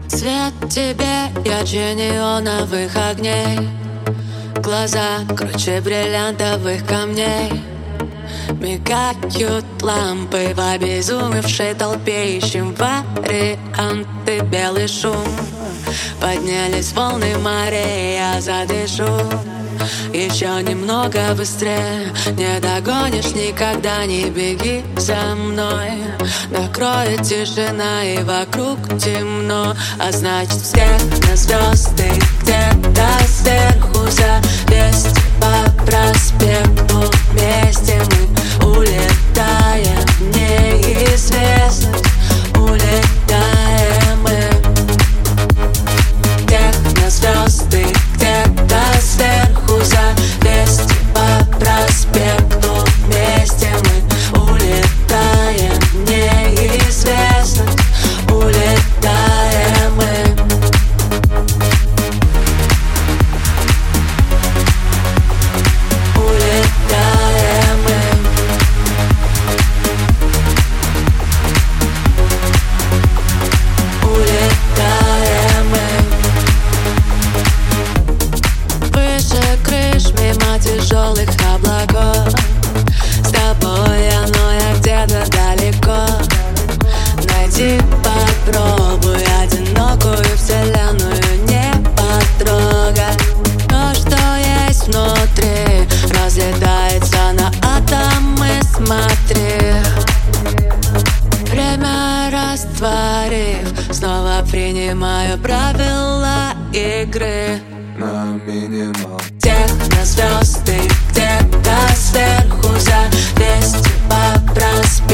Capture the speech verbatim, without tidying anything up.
Свет тебе ярче неоновых огней, глаза круче бриллиантовых камней. Мигают лампы в обезумевшей толпе, ищем варианты, белый шум. Поднялись волны морей, я задышу еще немного быстрее. Не догонишь никогда, не беги за мной. Накроет тишина и вокруг темно, а значит всех на звезды где-то сверху. Завесть по проспекту вместе мы улетаем в неизвестность. Улетаем мы. Всех на звезды где-то сверху. Завесть по проспекту вместе мы улетаем в неизвестность. Улетаем мы. Улетаем мы. Улетаем мы. Выше крыш, мимо тяжелых облаков. С тобой я, но я где-то далеко. Найди, попробуй одинокую вселенную не потрогать. То, что есть внутри, разлетается на атомы, смотри. Время растворив, снова принимаю правила игры на минимал. Тех на звезды где-то сверху. Завесть по проспекту